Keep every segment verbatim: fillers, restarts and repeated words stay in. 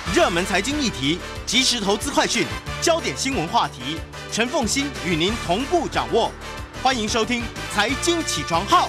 热门财经议题、即时投资快讯、焦点新闻话题，陈凤馨与您同步掌握。欢迎收听《财经起床号》。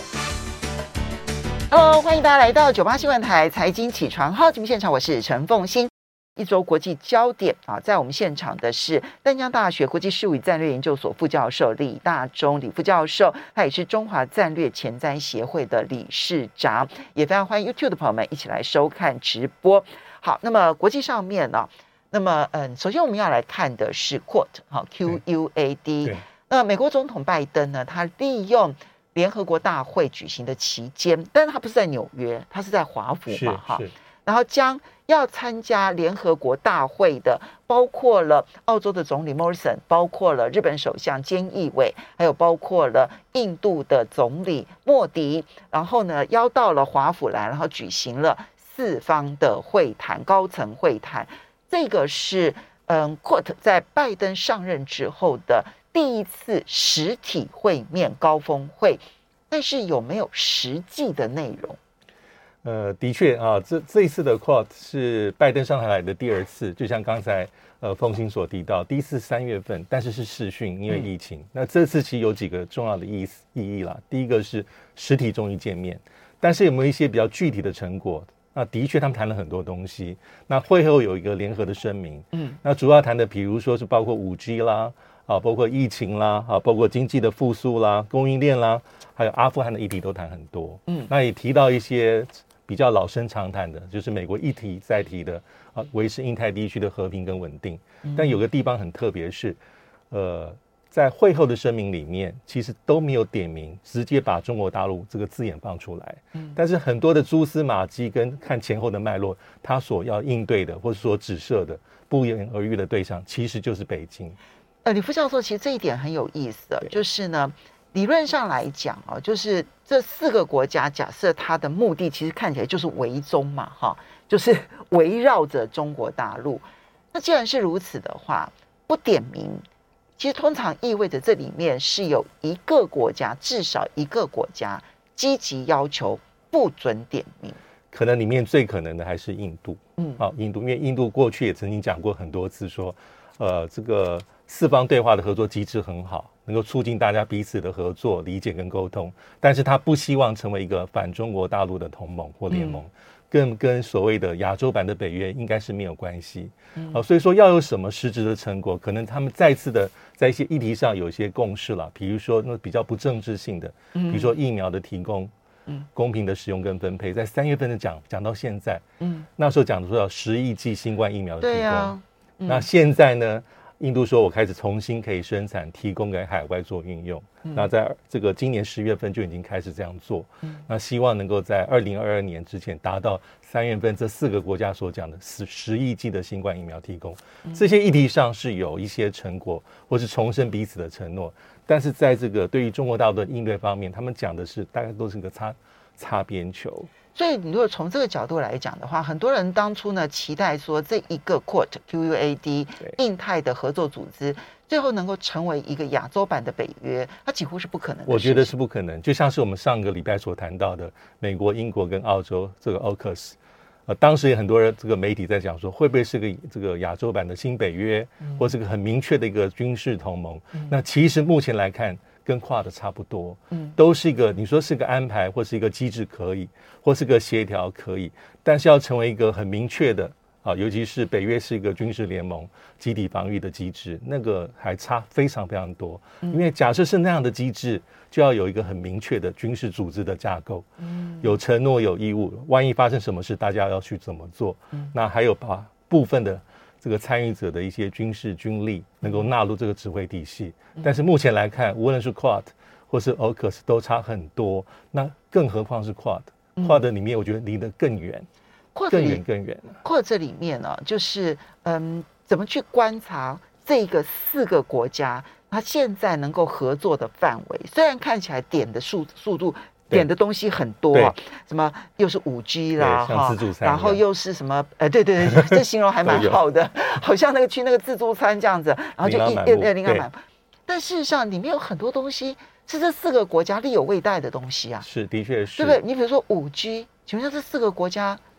Hello， 欢迎大家来到九八新闻台财经起床号节目现场，我是陈凤馨。一周国际焦点啊，在我们现场的是淡江大学国际事务与战略研究所副教授李大中李副教授，他也是中华战略前瞻协会的理事长，也非常欢迎 YouTube 的朋友们一起来收看直播。好，那么国际上面呢、啊，那么嗯，首先我们要来看的是 Quad 好 Q U A D。那美国总统拜登呢，他利用联合国大会举行的期间，但是他不是在纽约，他是在华府嘛，哈。然后将要参加联合国大会的，包括了澳洲的总理 Morrison， 包括了日本首相菅义伟，还有包括了印度的总理莫迪，然后呢邀到了华府来，然后举行了四方的会谈，高层会谈。这个是嗯 ，Quad 在拜登上任之后的第一次实体会面高峰会，但是有没有实际的内容？ 呃，的确啊，这这一次的 Quad 是拜登上台来的第二次，就像刚才呃凤馨所提到，第一次三月份，但是是视讯，因为疫情。嗯、那这次其实有几个重要的意思意义啦。第一个是实体终于见面，但是有没有一些比较具体的成果？那的确他们谈了很多东西。那会后有一个联合的声明，嗯，那主要谈的，比如说是包括 五 G 啦，啊，包括疫情啦，啊，包括经济的复苏啦，供应链啦，还有阿富汗的议题都谈很多。嗯，那也提到一些比较老生常谈的，就是美国一提再提的啊，维持印太地区的和平跟稳定。但有个地方很特别是，呃，在会后的声明里面，其实都没有点名，直接把中国大陆这个字眼放出来。嗯，但是很多的蛛丝马迹跟看前后的脉络，他所要应对的或者说指涉的不言而喻的对象，其实就是北京。 呃，李副教授，其实这一点很有意思的，就是呢。理论上来讲啊，就是这四个国家，假设它的目的其实看起来就是围中嘛，哈，就是围绕着中国大陆。那既然是如此的话，不点名，其实通常意味着这里面是有一个国家，至少一个国家积极要求不准点名。 可能里面最可能的还是印度，嗯，好，印度，因为印度过去也曾经讲过很多次说，呃，这个四方对话的合作机制很好，能够促进大家彼此的合作、理解跟沟通，但是他不希望成为一个反中国大陆的同盟或联盟，嗯、更跟所谓的亚洲版的北约应该是没有关系。嗯呃、所以说要有什么实质的成果，可能他们再次的在一些议题上有一些共识了，比如说那比较不政治性的，比如说疫苗的提供。嗯、公平的使用跟分配，在三月份的讲讲到现在，嗯，那时候讲说要十亿剂新冠疫苗的提供，对啊嗯、那现在呢，印度说我开始重新可以生产，提供给海外做运用。嗯、那在这个今年十月份就已经开始这样做，嗯、那希望能够在二零二二年之前达到三月份这四个国家所讲的十十亿剂的新冠疫苗提供。嗯、这些议题上是有一些成果，或是重申彼此的承诺。但是在这个对于中国大陆的应对方面，他们讲的是大概都是个擦擦边球。 所以你如果从这个角度来讲的话，很多人当初呢期待说这一个 Quad Q U A D 印太的合作组织最后能够成为一个亚洲版的北约，它几乎是不可能的事情。 我觉得是不可能，就像是我们上个礼拜所谈到的美国、英国跟澳洲这个 A U K U S。呃，当时也很多人这个媒体在讲说，会不会是个这个亚洲版的新北约，嗯、或是个很明确的一个军事同盟？嗯、那其实目前来看，跟跨的差不多，嗯，都是一个你说是个安排或是一个机制可以，或是个协调可以，但是要成为一个很明确的啊，尤其是北约是一个军事联盟、集体防御的机制，那个还差非常非常多。嗯、因为假设是那样的机制，就要有一个很明确的军事组织的架构，嗯，有承诺有义务，万一发生什么事，大家要去怎么做？嗯，那还有把部分的这个参与者的一些军事军力能够纳入这个指挥体系。嗯、但是目前来看，无论是 Quad 或是 A U K U S 都差很多，那更何况是 Quad。Quad 里面我觉得离得更远，嗯、更远更远。 Quad 这里面呢，就是嗯，怎么去观察这个四个国家？它现在能够合作的范围，虽然看起来点的速速度点的东西很多，什么又是五 G 啦，哈，然后又是什么，呃，对对对，这形容还蛮好的，好像那个去那个自助餐这样子，然后就一一琳琅满目。但事实上，里面有很多东西是这四个国家力有未逮的东西啊， 是，的确是， 对不对？你比如说五 G，请问一下，这四个国家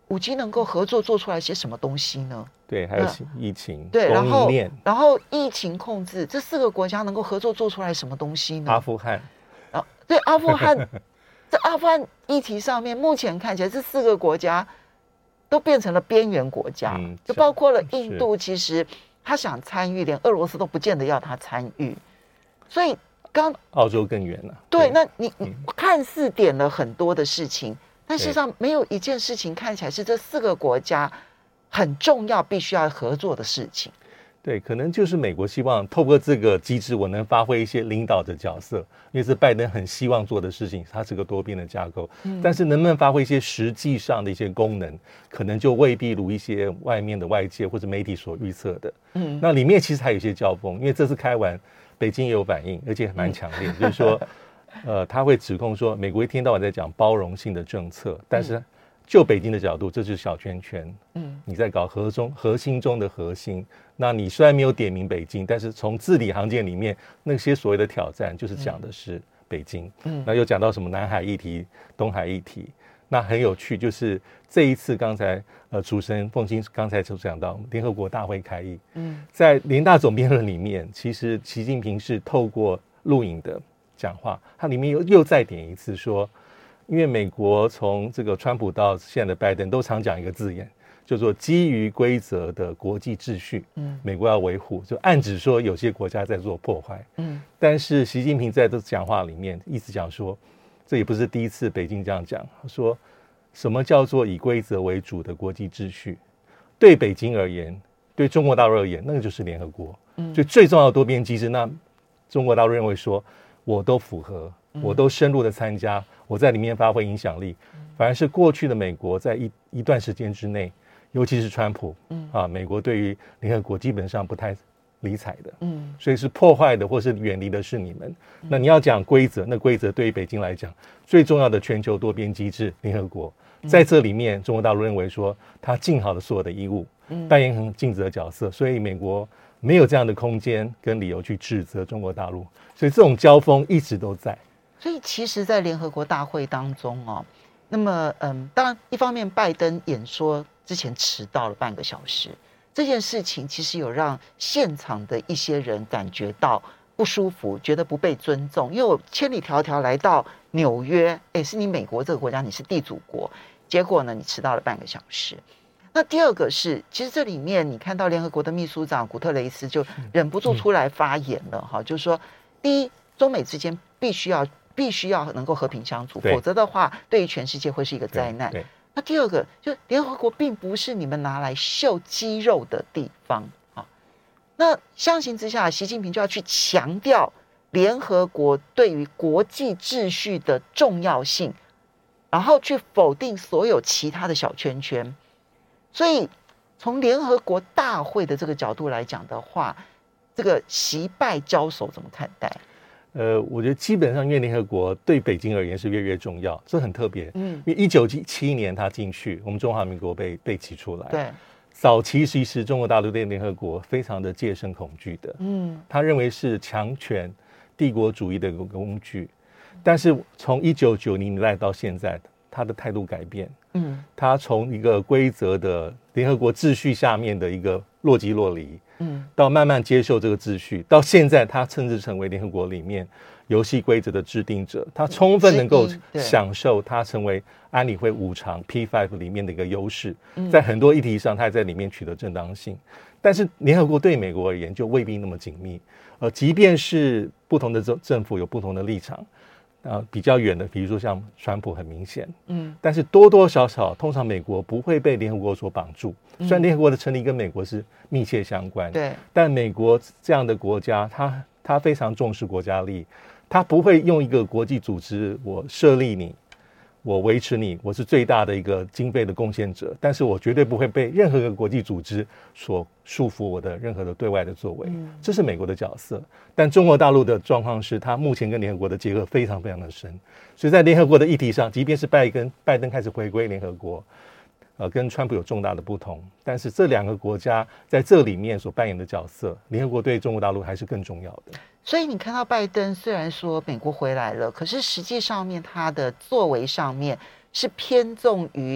五 G 能够合作做出来些什么东西呢？ 对，还有疫情， 对，然后链然后疫情控制，这四个国家能够合作做出来什么东西呢？ 阿富汗， 啊，对，阿富汗，在阿富汗议题上面，目前看起来这四个国家都变成了边缘国家，嗯、就包括了印度，其实他想参与，连俄罗斯都不见得要他参与，所以刚澳洲更远了。 对，那你你看似点了很多的事情，但事实上没有一件事情看起来是这四个国家很重要必须要合作的事情。 对，可能就是美国希望透过这个机制，我能发挥一些领导的角色，因为是拜登很希望做的事情，它是个多边的架构。嗯、但是能不能发挥一些实际上的一些功能，可能就未必如一些外面的外界或者媒体所预测的。嗯，那里面其实还有一些交锋，因为这次开完，北京也有反应，而且蛮强烈，嗯、就是说，呃，他会指控说，美国一天到晚在讲包容性的政策，但是。嗯就北京的角度，这是小圈圈，嗯，你在搞核中核心中的核心。那你虽然没有点名北京，但是从字里行间里面，那些所谓的挑战，就是讲的是北京。嗯，那又讲到什么南海议题、东海议题，那很有趣，就是这一次刚才呃主持人凤馨刚才就讲到联合国大会开议，嗯，在联大总辩论里面，其实习近平是透过录影的讲话，他里面又又再点一次说。因为美国从这个川普到现在的拜登都常讲一个字眼，叫做基于规则的国际秩序，嗯，美国要维护，就暗指说有些国家在做破坏，嗯，但是习近平在这讲话里面一直讲说，这也不是第一次北京这样讲，说什么叫做以规则为主的国际秩序？对北京而言，对中国大陆而言，那个就是联合国，嗯，所以最重要的多边机制，那中国大陆认为说，我都符合。我都深入的参加，我在里面发挥影响力，反而是过去的美国在一一段时间之内，尤其是川普，嗯啊，美国对于联合国基本上不太理睬的，嗯，所以是破坏的或是远离的是你们。嗯、那你要讲规则，那规则对于北京来讲，最重要的全球多边机制联合国，在这里面，中国大陆认为说他尽好了所有的义务，嗯，扮演很尽职的角色，所以美国没有这样的空间跟理由去指责中国大陆，所以这种交锋一直都在。 所以其实在联合国大会当中哦，那么嗯，当然一方面拜登演说之前迟到了半个小时，这件事情其实有让现场的一些人感觉到不舒服，觉得不被尊重，因为我千里迢迢来到纽约，哎，是你美国这个国家，你是地主国，结果呢你迟到了半个小时。那第二个是，其实这里面你看到联合国的秘书长古特雷斯就忍不住出来发言了哈、嗯，就是说，第一，中美之间必须要。必须要能够和平相处，否则的话，对于全世界会是一个灾难。那第二个，就联合国并不是你们拿来秀肌肉的地方啊。那相形之下，习近平就要去强调联合国对于国际秩序的重要性，然后去否定所有其他的小圈圈。所以，从联合国大会的这个角度来讲的话，这个习拜交手怎么看待？ 呃，我觉得基本上，因为联合国对北京而言是越来越重要，这很特别。嗯，因为一九七一年他进去，我们中华民国被被起出来。 对， 早期其实中国大陆对联合国非常的戒慎恐惧的。嗯，他认为是强权帝国主义的一个工具。但是从一九九零年代到现在，他的态度改变。嗯，他从一个规则的联合国秩序下面的一个若即若离。嗯，到慢慢接受这个秩序，到现在他甚至成为联合国里面游戏规则的制定者，他充分能够享受他成为安理会五常 P 五 里面的一个优势，在很多议题上他还在里面取得正当性。但是联合国对美国而言就未必那么紧密，呃，即便是不同的政政府有不同的立场。呃，比较远的，比如说像川普很明显，嗯，但是多多少少，通常美国不会被联合国所绑住。虽然联合国的成立跟美国是密切相关， 对， 但美国这样的国家，它它非常重视国家利益，它不会用一个国际组织，我设立你，我维持你，我是最大的一个经费的贡献者，但是我绝对不会被任何一个国际组织所束缚我的任何的对外的作为，嗯、这是美国的角色。但中国大陆的状况是，它目前跟联合国的结合非常非常的深，所以在联合国的议题上，即便是拜登拜登开始回归联合国，呃，跟川普有重大的不同，但是这两个国家在这里面所扮演的角色，联合国对中国大陆还是更重要的。 所以你看到拜登虽然说美国回来了，可是实际上面他的作为上面是偏重于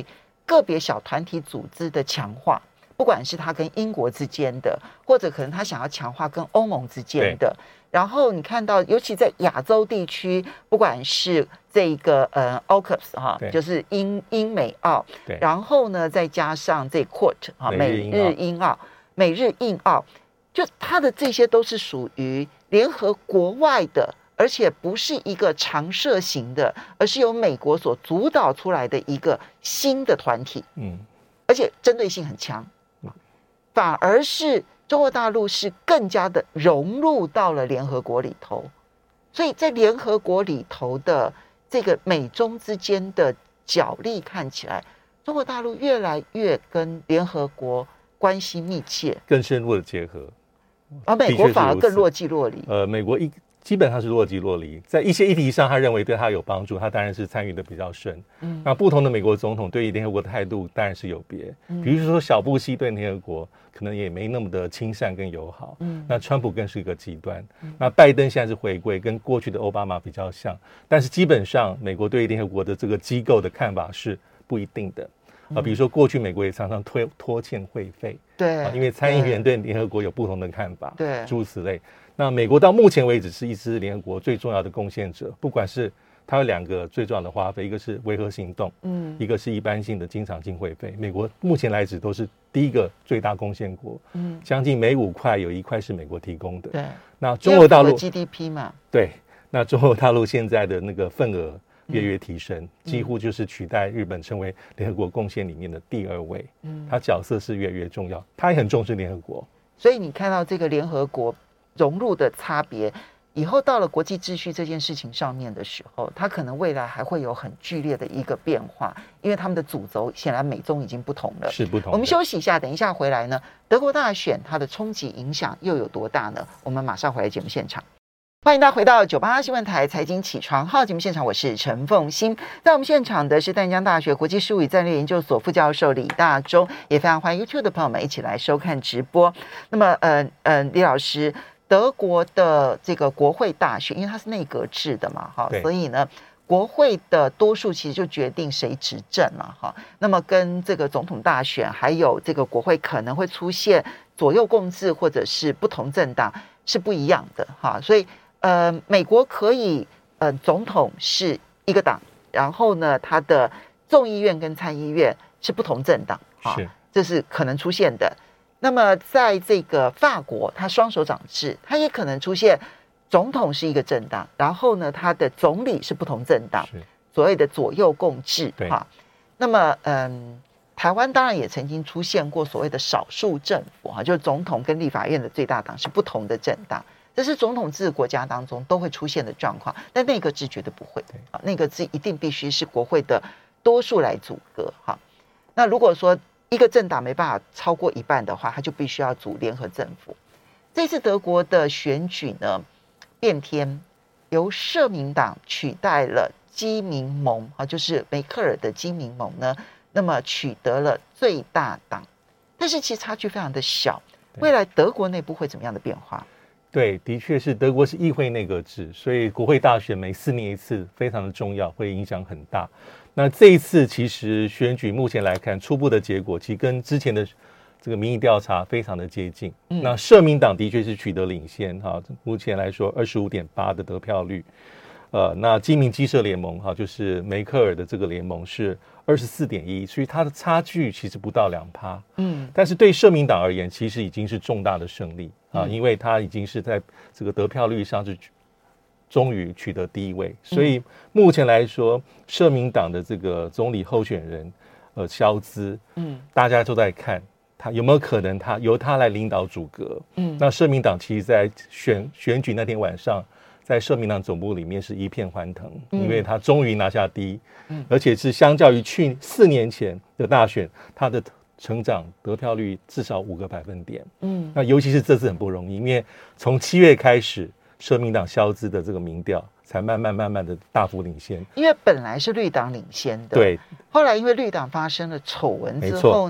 个别小团体组织的强化，不管是他跟英国之间的，或者可能他想要强化跟欧盟之间的。然后你看到，尤其在亚洲地区，不管是这个呃 A U K U S 哈，就是英英美澳，然后呢再加上这 Quad 哈，美日英澳，美日印澳，就它的这些都是属于联合国外的，而且不是一个常设型的，而是由美国所主导出来的一个新的团体，嗯，而且针对性很强，反而是中国大陆是更加的融入到了联合国里头，所以在联合国里头的这个美中之间的角力看起来，中国大陆越来越跟联合国关系密切， 更深入的结合， 而美国反而更若即若离。 呃，美国一基本上是若即若离，在一些议题上，他认为对他有帮助，他当然是参与的比较深。嗯，那不同的美国总统对于联合国的态度当然是有别。嗯，比如说小布希对联合国可能也没那么的亲善跟友好。嗯，那川普更是一个极端。嗯，那拜登现在是回归，跟过去的奥巴马比较像，但是基本上美国对于联合国的这个机构的看法是不一定的。啊，比如说过去美国也常常拖拖欠会费， 对、 啊，因为参议员对联合国有不同的看法， 对， 诸如此类。那美国到目前为止是一支联合国最重要的贡献者，不管是它有两个最重要的花费，一个是维和行动，嗯，一个是一般性的经常性会费。美国目前来指都是第一个最大贡献国，嗯，将近每五块有一块是美国提供的， 对。 那中国大陆 G D P 嘛， 对，那中国大陆现在的那个份额越越提升，嗯，几乎就是取代日本成为联合国贡献里面的第二位，嗯，它角色是越来越重要，它也很重视联合国。 所以你看到这个联合国融入的差别，以后到了国际秩序这件事情上面的时候，它可能未来还会有很剧烈的一个变化，因为他们的主轴显然美中已经不同了， 是不同的。 我们休息一下，等一下回来呢，德国大选它的冲击影响又有多大呢？我们马上回来节目现场。欢迎大家回到九八新闻台财经起床号节目现场，我是陈凤馨。在我们现场的是淡江大学国际事务与战略研究所副教授李大中，也非常欢迎 YouTube 的朋友们一起来收看直播。那么，呃呃，李老师，德国的这个国会大选，因为它是内阁制的嘛，哈，所以呢，国会的多数其实就决定谁执政了，哈。那么跟这个总统大选，还有这个国会可能会出现左右共治或者是不同政党是不一样的，哈，所以。呃，美国可以，呃，总统是一个党，然后呢，他的众议院跟参议院是不同政党，啊，这是可能出现的。那么，在这个法国，它双手掌制，它也可能出现总统是一个政党，然后呢，他的总理是不同政党，所谓的左右共治，哈。那么，嗯，台湾当然也曾经出现过所谓的少数政府，哈，就是总统跟立法院的最大党是不同的政党。这是总统制国家当中都会出现的状况，但内阁制绝对不会。啊，内阁制一定必须是国会的多数来组阁。哈，那如果说一个政党没办法超过一半的话，他就必须要组联合政府。这次德国的选举呢，变天，由社民党取代了基民盟，啊，就是梅克尔的基民盟呢，那么取得了最大党，但是其实差距非常的小。未来德国内部会怎么样的变化？ 对，的确是德国是议会内阁制，所以国会大选每四年一次，非常的重要，会影响很大。那这一次其实选举目前来看，初步的结果其实跟之前的这个民意调查非常的接近。嗯，那社民党的确是取得领先哈，目前来说二十五点八的得票率。呃，那基民基社联盟哈，就是梅克尔的这个联盟是二十四点一，所以它的差距其实不到两趴。嗯，但是对社民党而言，其实已经是重大的胜利啊，因为它已经是在这个得票率上是终于取得第一位，所以目前来说，社民党的这个总理候选人呃肖兹，嗯，大家都在看他有没有可能他由他来领导组阁。嗯，那社民党其实在选选举那天晚上。在社民党总部里面是一片欢腾，因为他终于拿下第一，嗯，而且是相较于去四年前的大选，他的成长得票率至少五个百分点，嗯，那尤其是这次很不容易，因为从七月开始，社民党肖兹的这个民调才慢慢慢慢的大幅领先， 因为本来是绿党领先的， 对， 后来因为绿党发生了丑闻之后呢，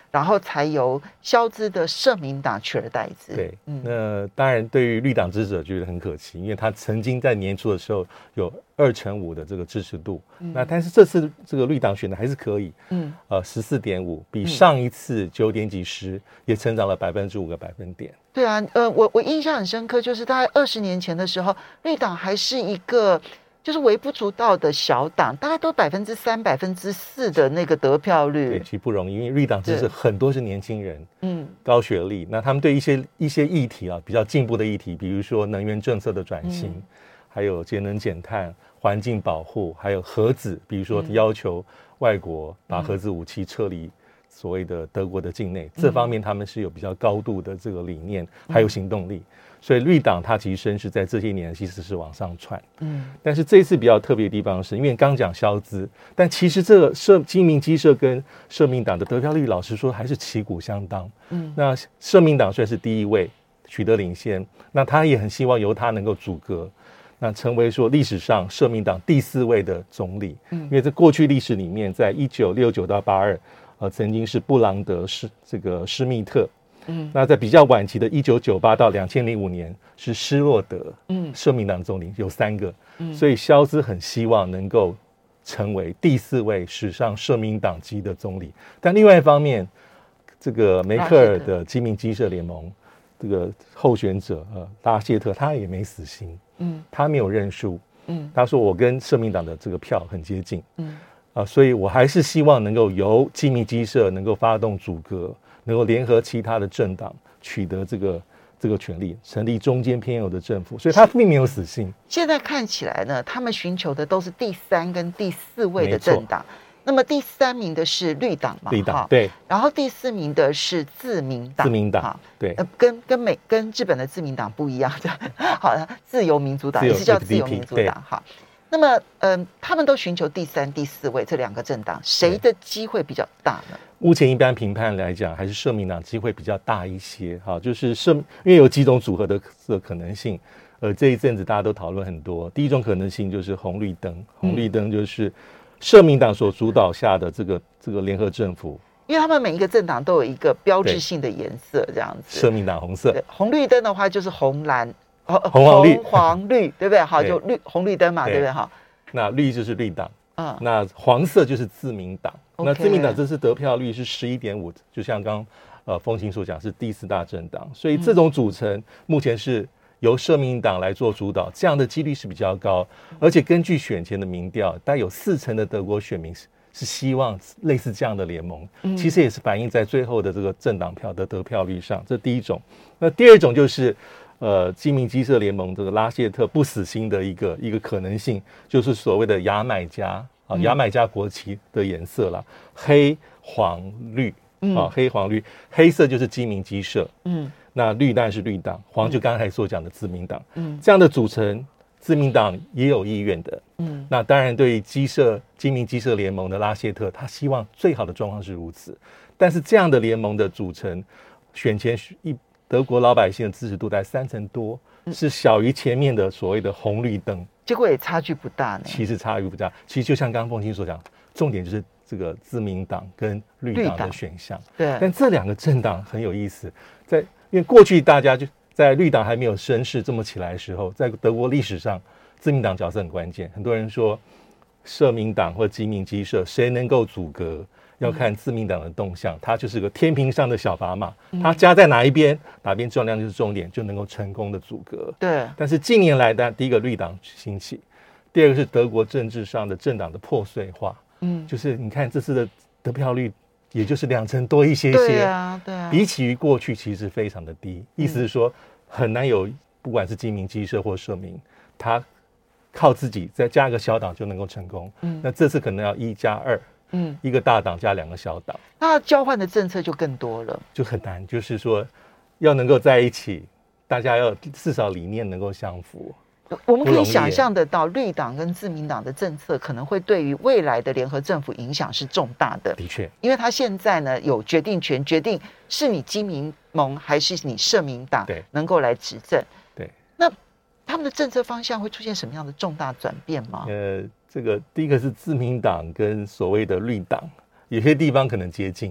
然后才由萧资的社民党取而代之。 对，嗯、那当然对于绿党支持者觉得很可惜，因为他曾经在年初的时候有二成五的这个支持度，嗯、那但是这次这个绿党选的还是可以，嗯，呃，十四点五，比上一次九点几十也成长了百分之五个百分点。 对啊，呃，我我印象很深刻，就是大概二十年前的时候，绿党还是一个就是微不足道的小党，大概都百分之三、百分之四的那个得票率。 对，其实不容易，因为绿党支持很多是年轻人，嗯，高学历，那他们对一些一些议题啊，比较进步的议题，比如说能源政策的转型，嗯、还有节能减碳、环境保护，还有核子，比如说要求外国把核子武器撤离所谓的德国的境内，嗯、这方面他们是有比较高度的这个理念，嗯、还有行动力。所以绿党它其实声势在这些年其实是往上窜，嗯，但是这一次比较特别的地方是，因为刚讲萧资，但其实这个社基民基社跟社民党的得票率，老实说还是旗鼓相当，嗯，那社民党虽然是第一位取得领先，那他也很希望由他能够阻隔，那成为说历史上社民党第四位的总理，嗯，因为在过去历史里面，在一九六九到八二，呃，曾经是布朗德施这个施密特。嗯，那在比较晚期的一九九八到两千零五年是施洛德，嗯，社民党总理有三个，嗯，所以萧资很希望能够成为第四位史上社民党籍的总理。但另外一方面，这个梅克尔的基民基社联盟这个候选者呃拉谢特他也没死心，嗯，他没有认输，嗯，他说我跟社民党的这个票很接近，嗯，啊、呃，所以我还是希望能够由基民基社能够发动阻隔。能够联合其他的政党取得这个这个权利，成立中间偏右的政府，所以他并没有死心。 现在看起来呢，他们寻求的都是第三跟第四位的政党。那么第三名的是绿党嘛？ 绿党对。 然后第四名的是自民党。 自民党对， 呃，跟跟美跟日本的自民党不一样的，好，自由民主党也是叫自由民主党。好，那么嗯、呃，他们都寻求第三、第四位这两个政党，谁的机会比较大呢？ 目前一般评判来讲，还是社民党机会比较大一些。哈，就是社，因为有几种组合的的可能性。呃，这一阵子大家都讨论很多。第一种可能性就是红绿灯，红绿灯就是社民党所主导下的这个这个联合政府， 因为他们每一个政党都有一个标志性的颜色，这样子。 社民党红色， 红绿灯的话就是红蓝、 红黄绿、 红黄绿，对不对？好，就绿红绿灯嘛，对不对？好， 那绿就是绿党。嗯，那黄色就是自民党， okay. 那自民党这次得票率是十一点五，就像刚呃风清所讲是第四大政党，所以这种组成、嗯、目前是由社民党来做主导，这样的几率是比较高，而且根据选前的民调，大概有四成的德国选民是是希望类似这样的联盟，嗯、其实也是反映在最后的这个政党票的得票率上，这第一种。那第二种就是。呃，基民基社联盟这个拉谢特不死心的一个一个可能性，就是所谓的牙买加啊，牙买加国旗的颜色啦，黑黄绿啊，黑黄绿，黑色就是基民基社，嗯，那绿当然是绿党，黄就刚才所讲的自民党，嗯，这样的组成，自民党也有意愿的，嗯，那当然对于基社基民基社联盟的拉谢特，他希望最好的状况是如此，但是这样的联盟的组成，选前一。德国老百姓的支持度在三成多，是小于前面的所谓的红绿灯， 结果也差距不大呢。 其实差距不大，其实就像刚刚凤清所讲，重点就是这个自民党跟绿党的选项。对，但这两个政党很有意思，在因为过去大家就在绿党还没有声势这么起来的时候，在德国历史上，自民党角色很关键。很多人说，社民党或基民基社谁能够阻隔？要看自民党的动向，它就是个天平上的小砝码，它加在哪一边，哪边重量就是重点，就能够成功的阻隔。对。但是近年来的第一个绿党兴起，第二个是德国政治上的政党的破碎化。嗯，就是你看这次的得票率，也就是两成多一些些。对啊，对啊。比起于过去，其实非常的低。意思是说，很难有不管是基民基社或社民，他靠自己再加一个小党就能够成功。嗯，那这次可能要一加二。嗯，一个大党加两个小党， 那交换的政策就更多了， 就很难。就是说，要能够在一起，大家要至少理念能够相符。 我们可以想象得到，绿党跟自民党的政策可能会对于未来的联合政府影响是重大的。 的确， 因为他现在呢有决定权，决定是你基民盟还是你社民党能够来执政。 对， 那他们的政策方向会出现什么样的重大转变吗？ 呃。这个第一个是自民党跟所谓的绿党，有些地方可能接近，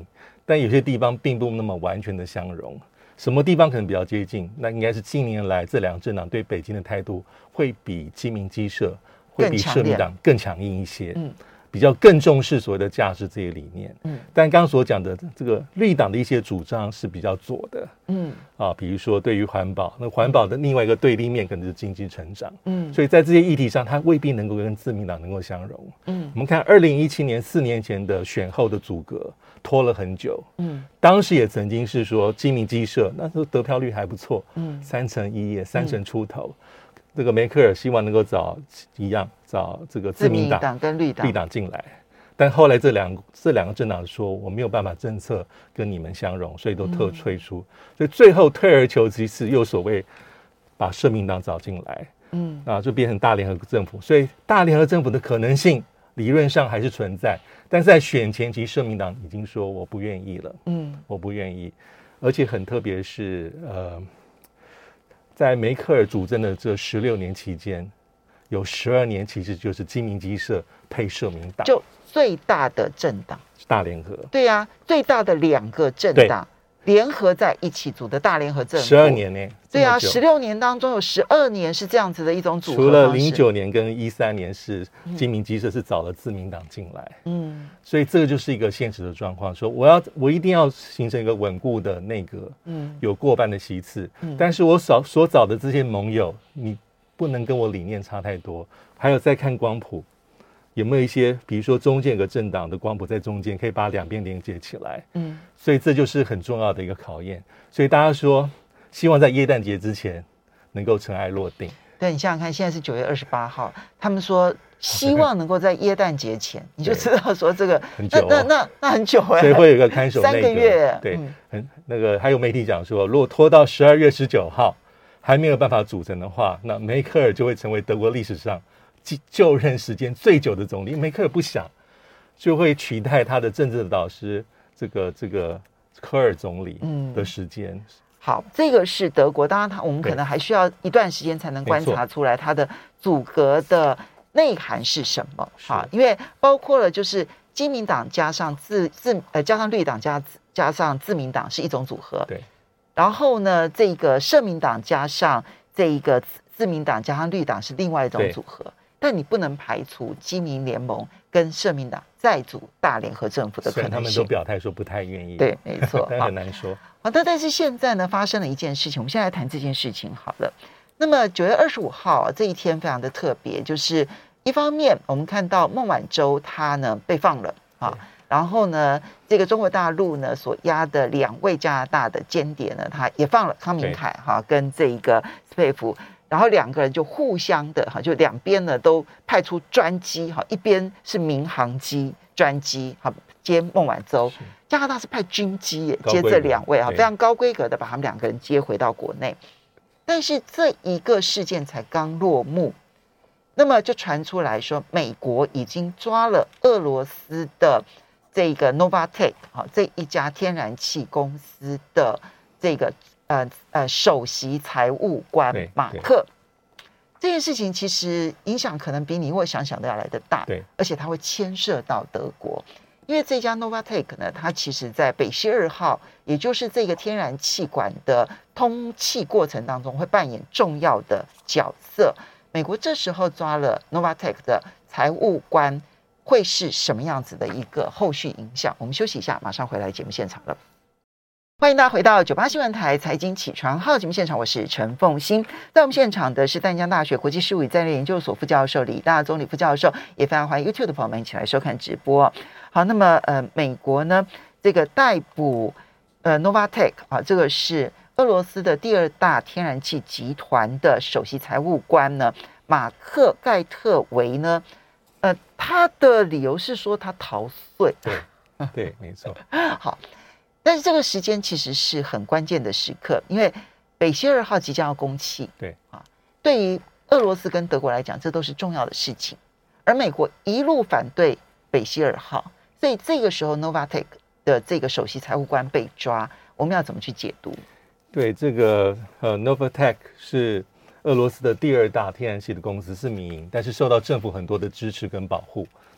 但有些地方并不那么完全的相容。什么地方可能比较接近？那应该是近年来这两个政党对北京的态度会比基民基社、会比社民党更强硬一些，嗯，比较更重视所谓的价值这些理念。嗯，但刚刚所讲的这个绿党的一些主张是比较左的，嗯啊，比如说对于环保，那环保的另外一个对立面可能是经济成长，嗯，所以在这些议题上，它未必能够跟自民党能够相容。嗯，我们看二零一七年四年前的选后的阻隔。拖了很久，嗯，当时也曾经是说基民基社那时候得票率还不错，嗯，三成一耶，三成出头。嗯、这个梅克尔希望能够找一样找这个自民党跟绿党绿党进来，但后来这两这两个政党说我没有办法政策跟你们相容，所以都特退出，嗯、所以最后退而求其次，又所谓把社民党找进来，嗯，啊，就变成大联合政府，所以大联合政府的可能性理论上还是存在。但是在选前期，社民党已经说我不愿意了，嗯，我不愿意，而且很特别是，呃，在梅克尔主政的这十六年期间，有十二年其实就是基民基社配社民党， 就最大的政党大联合， 对呀、啊，最大的两个政党联合在一起组的大联合政府， 十二年呢？ 对啊，十六年当中有十二年是这样子的一种组合方式。 除了零九年跟一三年是基民基社是找了自民党进来，嗯，所以这个就是一个现实的状况，说我要我一定要形成一个稳固的内阁，嗯，有过半的席次，嗯，但是我所所找的这些盟友，你不能跟我理念差太多。还有再看光谱。有没有一些，比如说中间有个政党的光谱在中间，可以把两边连接起来？嗯，所以这就是很重要的一个考验。所以大家说，希望在耶诞节之前能够尘埃落定。 对，你想想看，现在是九月二十八号，他们说希望能够在耶诞节前，你就知道说这个很久、哦， 那那那那很久哎、欸， 所以会有一个看守内阁三个月。 对，嗯、很那个还有媒体讲说，如果拖到十二月十九号还没有办法组成的话，那梅克尔就会成为德国历史上就任时间最久的总理。梅克尔不想，就会取代他的政治的导师这个这个科尔总理的时间。嗯， 好，这个是德国，当然他我们可能还需要一段时间才能观察出来它的阻隔的内涵是什么。好，因为包括了就是基民党加上自自呃加上绿党加加上自民党是一种组合， 对。 然后呢，这个社民党加上这一个自民党加上绿党是另外一种组合。但你不能排除基民联盟跟社民党再组大联合政府的可能性。 他们都表态说不太愿意。 对，没错， 但很难说。 好的，但是现在呢，发生了一件事情，我们现在来谈这件事情好了。那么九月二十五号这一天非常的特别，就是一方面我们看到孟晚舟她呢被放了啊，然后呢，这个中国大陆呢所押的两位加拿大的间谍呢，他也放了康明凯哈跟这个斯佩夫。然后两个人就互相的哈，就两边呢都派出专机哈，一边是民航机专机哈接孟晚舟，加拿大是派军机耶接这两位哈，非常高规格的把他们两个人接回到国内。但是这一个事件才刚落幕，那么就传出来说，美国已经抓了俄罗斯的这个 Novatek 哈这一家天然气公司的这个。呃呃，首席财务官马克，这件事情其实影响可能比你会想想的要来的大， 对， 而且它会牵涉到德国，因为这家 Novatek 呢，它其实在北溪二号，也就是这个天然气管的通气过程当中会扮演重要的角色。美国这时候抓了 Novatek 的财务官，会是什么样子的一个后续影响？我们休息一下，马上回来节目现场了。欢迎大家回到九八新闻台财经起床号节目现场，我是陈凤馨。在我们现场的是淡江大学国际事务与战略研究所副教授李大宗李副教授，也非常欢迎 YouTube 的朋友们一起来收看直播。好，那么呃，美国呢这个逮捕呃 Novatek 啊，这个是俄罗斯的第二大天然气集团的首席财务官呢，马克盖特维呢，呃，他的理由是说他逃税。 对对，没错。 好。但是这个时间其实是很关键的时刻，因为北溪二号即将要供气， 对啊，对于俄罗斯跟德国来讲，这都是重要的事情。而美国一路反对北溪二号，所以这个时候 Novatek 的这个首席财务官被抓，我们要怎么去解读？ 对，这个呃 Novatek 是俄罗斯的第二大天然气的公司，是民营，但是受到政府很多的支持跟保护。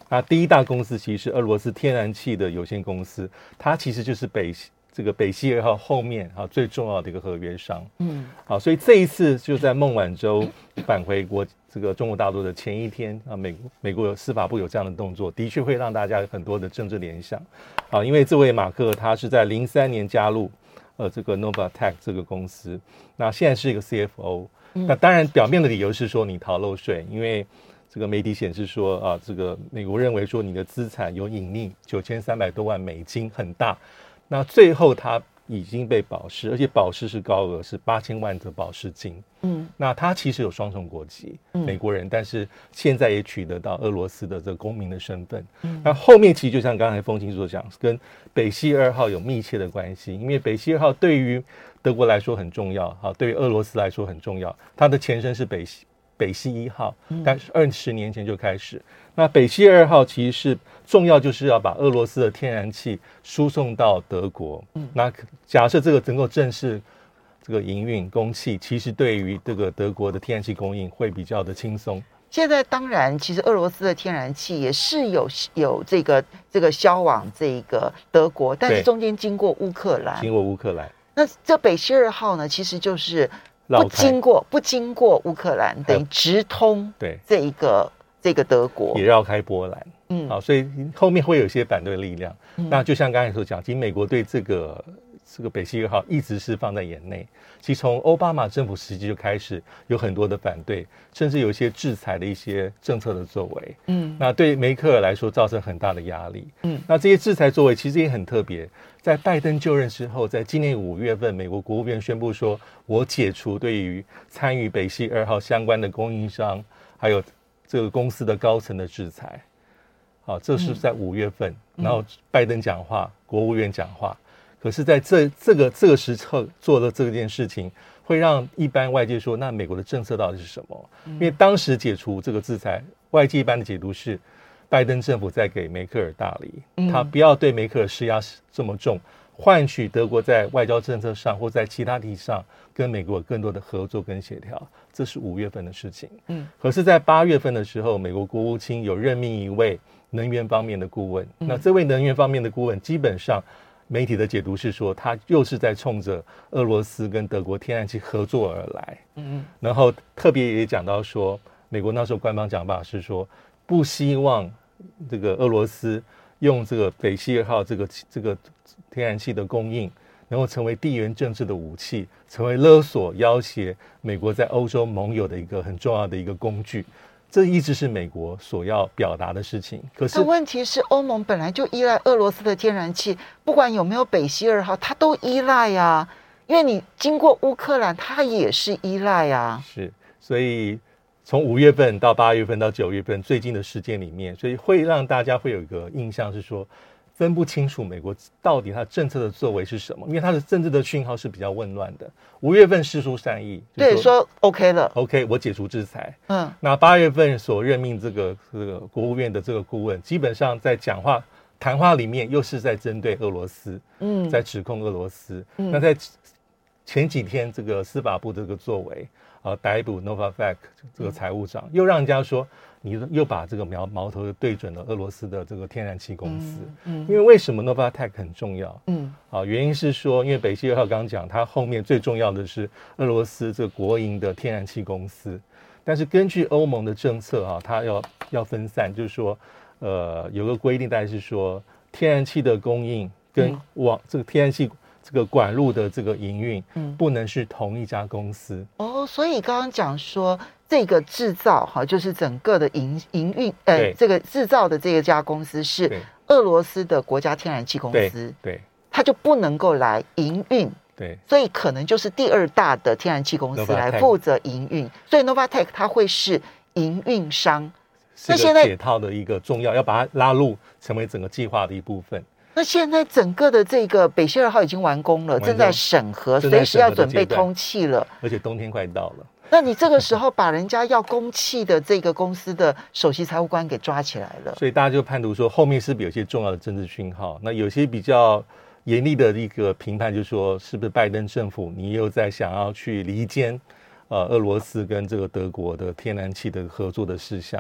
那第一大公司其实是俄罗斯天然气的有限公司，它其实就是北这个北溪二号后面啊最重要的一个合约商。嗯，好，所以这一次就在孟晚舟返回国这个中国大陆的前一天啊，美美国有司法部有这样的动作，的确会让大家有很多的政治联想。啊，因为这位马克他是在零三年加入呃这个 Novatech 这个公司，那现在是一个 C F O。那当然，表面的理由是说你逃漏税，因为这个媒体显示说啊，这个美国认为说你的资产有隐匿九千三百多万美金，很大。那最后他已经被保释，而且保释是高额，是八千万的保释金。嗯，那他其实有双重国籍，美国人，但是现在也取得到俄罗斯的这个公民的身份。嗯，那后面其实就像刚才风清所讲，跟北溪二号有密切的关系，因为北溪二号对于德国来说很重要，好，对于俄罗斯来说很重要。它的前身是北溪北溪一号，但是二十年前就开始。那北溪二号其实是重要，就是要把俄罗斯的天然气输送到德国。嗯，那假设这个能够正式这个营运供气，其实对于这个德国的天然气供应会比较的轻松。 现在当然，其实俄罗斯的天然气也是有有这个这个销往这个德国，但是中间经过乌克兰， 经过乌克兰。 那这北溪二号呢，其实就是不经过不经过乌克兰，等于直通对这一个这个德国， 也绕开波兰。嗯，好，所以后面会有一些反对力量。嗯、那就像刚才所讲，其实美国对这个这个北溪二号一直是放在眼内。其实从奥巴马政府时期就开始有很多的反对，甚至有一些制裁的一些政策的作为。嗯，那对梅克尔来说造成很大的压力。嗯，那这些制裁作为其实也很特别。在拜登就任之后，在今年五月份，美国国务院宣布说，我解除对于参与北溪二号相关的供应商还有这个公司的高层的制裁。好，这是在五月份，嗯、然后拜登讲话，国务院讲话。可是在这这个这个时刻做了这件事情，会让一般外界说，那美国的政策到底是什么？嗯、因为当时解除这个制裁，外界一般的解读是，拜登政府在给梅克尔大礼，嗯、他不要对梅克尔施压这么重，换取德国在外交政策上或在其他题上跟美国有更多的合作跟协调。这是五月份的事情。嗯，可是，在八月份的时候，美国国务卿有任命一位能源方面的顾问。嗯、那这位能源方面的顾问，基本上媒体的解读是说，他又是在冲着俄罗斯跟德国天然气合作而来。嗯，然后特别也讲到说，美国那时候官方讲法是说，不希望这个俄罗斯用这个北溪二号这个这个天然气的供应，能够成为地缘政治的武器，成为勒索要挟美国在欧洲盟友的一个很重要的一个工具。这一直是美国所要表达的事情。可是问题是，欧盟本来就依赖俄罗斯的天然气，不管有没有北溪二号，它都依赖呀、啊。因为你经过乌克兰，它也是依赖呀、啊。 是，所以从五月份到八月份到九月份最近的事件里面，所以会让大家会有一个印象是说，分不清楚美国到底它政策的作为是什么，因为它的政治的讯号是比较混乱的。五月份释出善意， 对，说, 说 OK 了 ，OK， 我解除制裁。嗯，那八月份所任命这个这个国务院的这个顾问，基本上在讲话谈话里面又是在针对俄罗斯，嗯，在指控俄罗斯。嗯、那在前几天这个司法部这个作为，呃，逮捕 Novatech 这个财务长，嗯、又让人家说，你又把这个苗矛头对准了俄罗斯的这个天然气公司。嗯，嗯因为为什么 Novatech 很重要？嗯，啊，原因是说，因为北溪二号刚刚讲，它后面最重要的是俄罗斯这个国营的天然气公司，但是根据欧盟的政策啊，它要要分散，就是说，呃，有个规定，大概是说，天然气的供应跟网、嗯、这个天然气。这个管路的这个营运，嗯，不能是同一家公司哦。所以刚刚讲说，这个制造哈，就是整个的营营运，呃，这个制造的这个家公司是俄罗斯的国家天然气公司， 对，对它就不能够来营运， 对， 所以可能就是第二大的天然气公司来负责营运，所以 Novatech 它会是营运商， 是一个解套的一个重要，要把它拉入成为整个计划的一部分。 那现在整个的这个北溪二号已经完工了，正在审核，随时要准备通气了， 而且冬天快到了。 那你这个时候把人家要供气的这个公司的首席财务官给抓起来了， 所以大家就判读说，后面是不是有些重要的政治讯号？那有些比较严厉的一个评判，就是说，是不是拜登政府你又在想要去离间呃俄罗斯跟这个德国的天然气的合作的事项？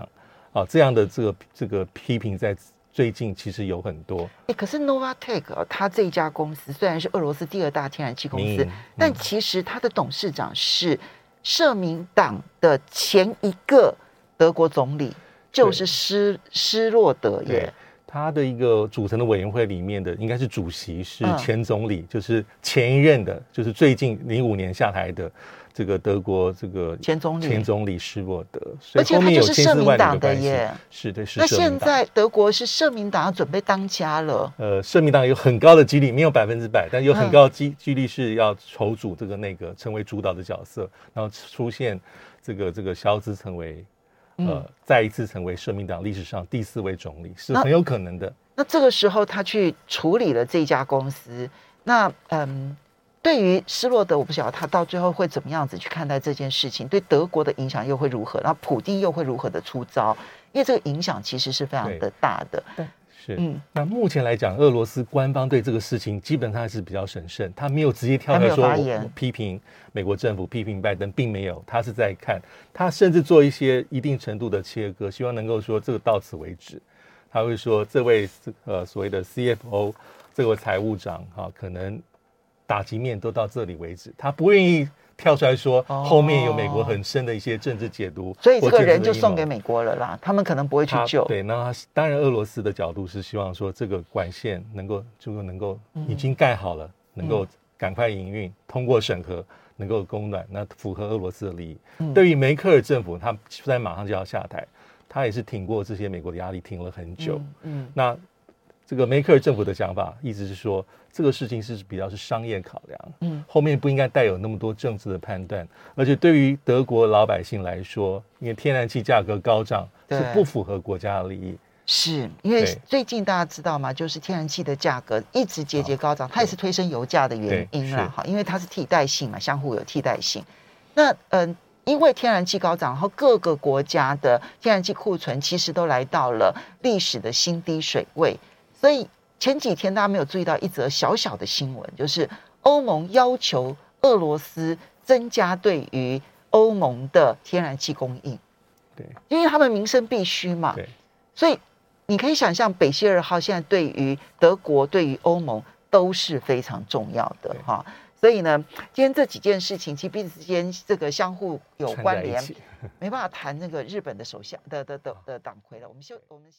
啊，这样的这个这个批评在最近其实有很多。 哎，可是 Novatek、哦、它这一家公司虽然是俄罗斯第二大天然气公司，嗯、但其实它的董事长是社民党的前一个德国总理，就是施施洛德耶。 他的一个组成的委员会里面的应该是主席是前总理，嗯、就是前一任的，就是最近零五年下台的这个德国这个前总理前总理施洛德， 而且他就是社民党的耶。 是的，是那现在德国是社民党要准备当家了。 呃，社民党有很高的几率，没有百分之百，但有很高的几几率是要筹组这个那个成为主导的角色，然后出现这个这个肖兹成为。呃，再一次成为社民党历史上第四位总理是很有可能的。 那, 那这个时候他去处理了这家公司，那嗯，对于施洛德，我不晓得他到最后会怎么样子去看待这件事情，对德国的影响又会如何？然后普丁又会如何的出招？因为这个影响其实是非常的大的。 对。是，嗯，那目前来讲，俄罗斯官方对这个事情基本上是比较审慎，他没有直接跳出来说批评美国政府、批评拜登，并没有，他是在看，他甚至做一些一定程度的切割，希望能够说这个到此为止。他会说，这位呃所谓的 C F O 这位财务长哈、啊，可能打击面都到这里为止，他不愿意跳出来说后面有美国很深的一些政治解读， 所以这个人就送给美国了啦，他们可能不会去救。 对，那当然俄罗斯的角度是希望说这个管线能够就能够已经盖好了，嗯、能够赶快营运，通过审核，能够供暖，那符合俄罗斯的利益。嗯、对于梅克尔政府，他现在马上就要下台，他也是挺过这些美国的压力，挺了很久。嗯，嗯那这个梅克尔政府的想法，意思是说这个事情是比较是商业考量，嗯，后面不应该带有那么多政治的判断，而且对于德国老百姓来说，因为天然气价格高涨是不符合国家的利益。 是因为最近大家知道吗？就是天然气的价格一直节节高涨，它也是推升油价的原因啦。哈，因为它是替代性嘛，相互有替代性。那嗯、呃，因为天然气高涨，然后各个国家的天然气库存其实都来到了历史的新低水位。所以前几天大家没有注意到一则小小的新闻，就是欧盟要求俄罗斯增加对于欧盟的天然气供应， 对， 因为他们民生必须嘛， 对， 所以你可以想象北溪二号现在对于德国、对于欧盟都是非常重要的哈。所以呢，今天这几件事情其实彼此之间这个相互有关联，没办法谈那个日本的首相的的的的党魁了。我们休我们。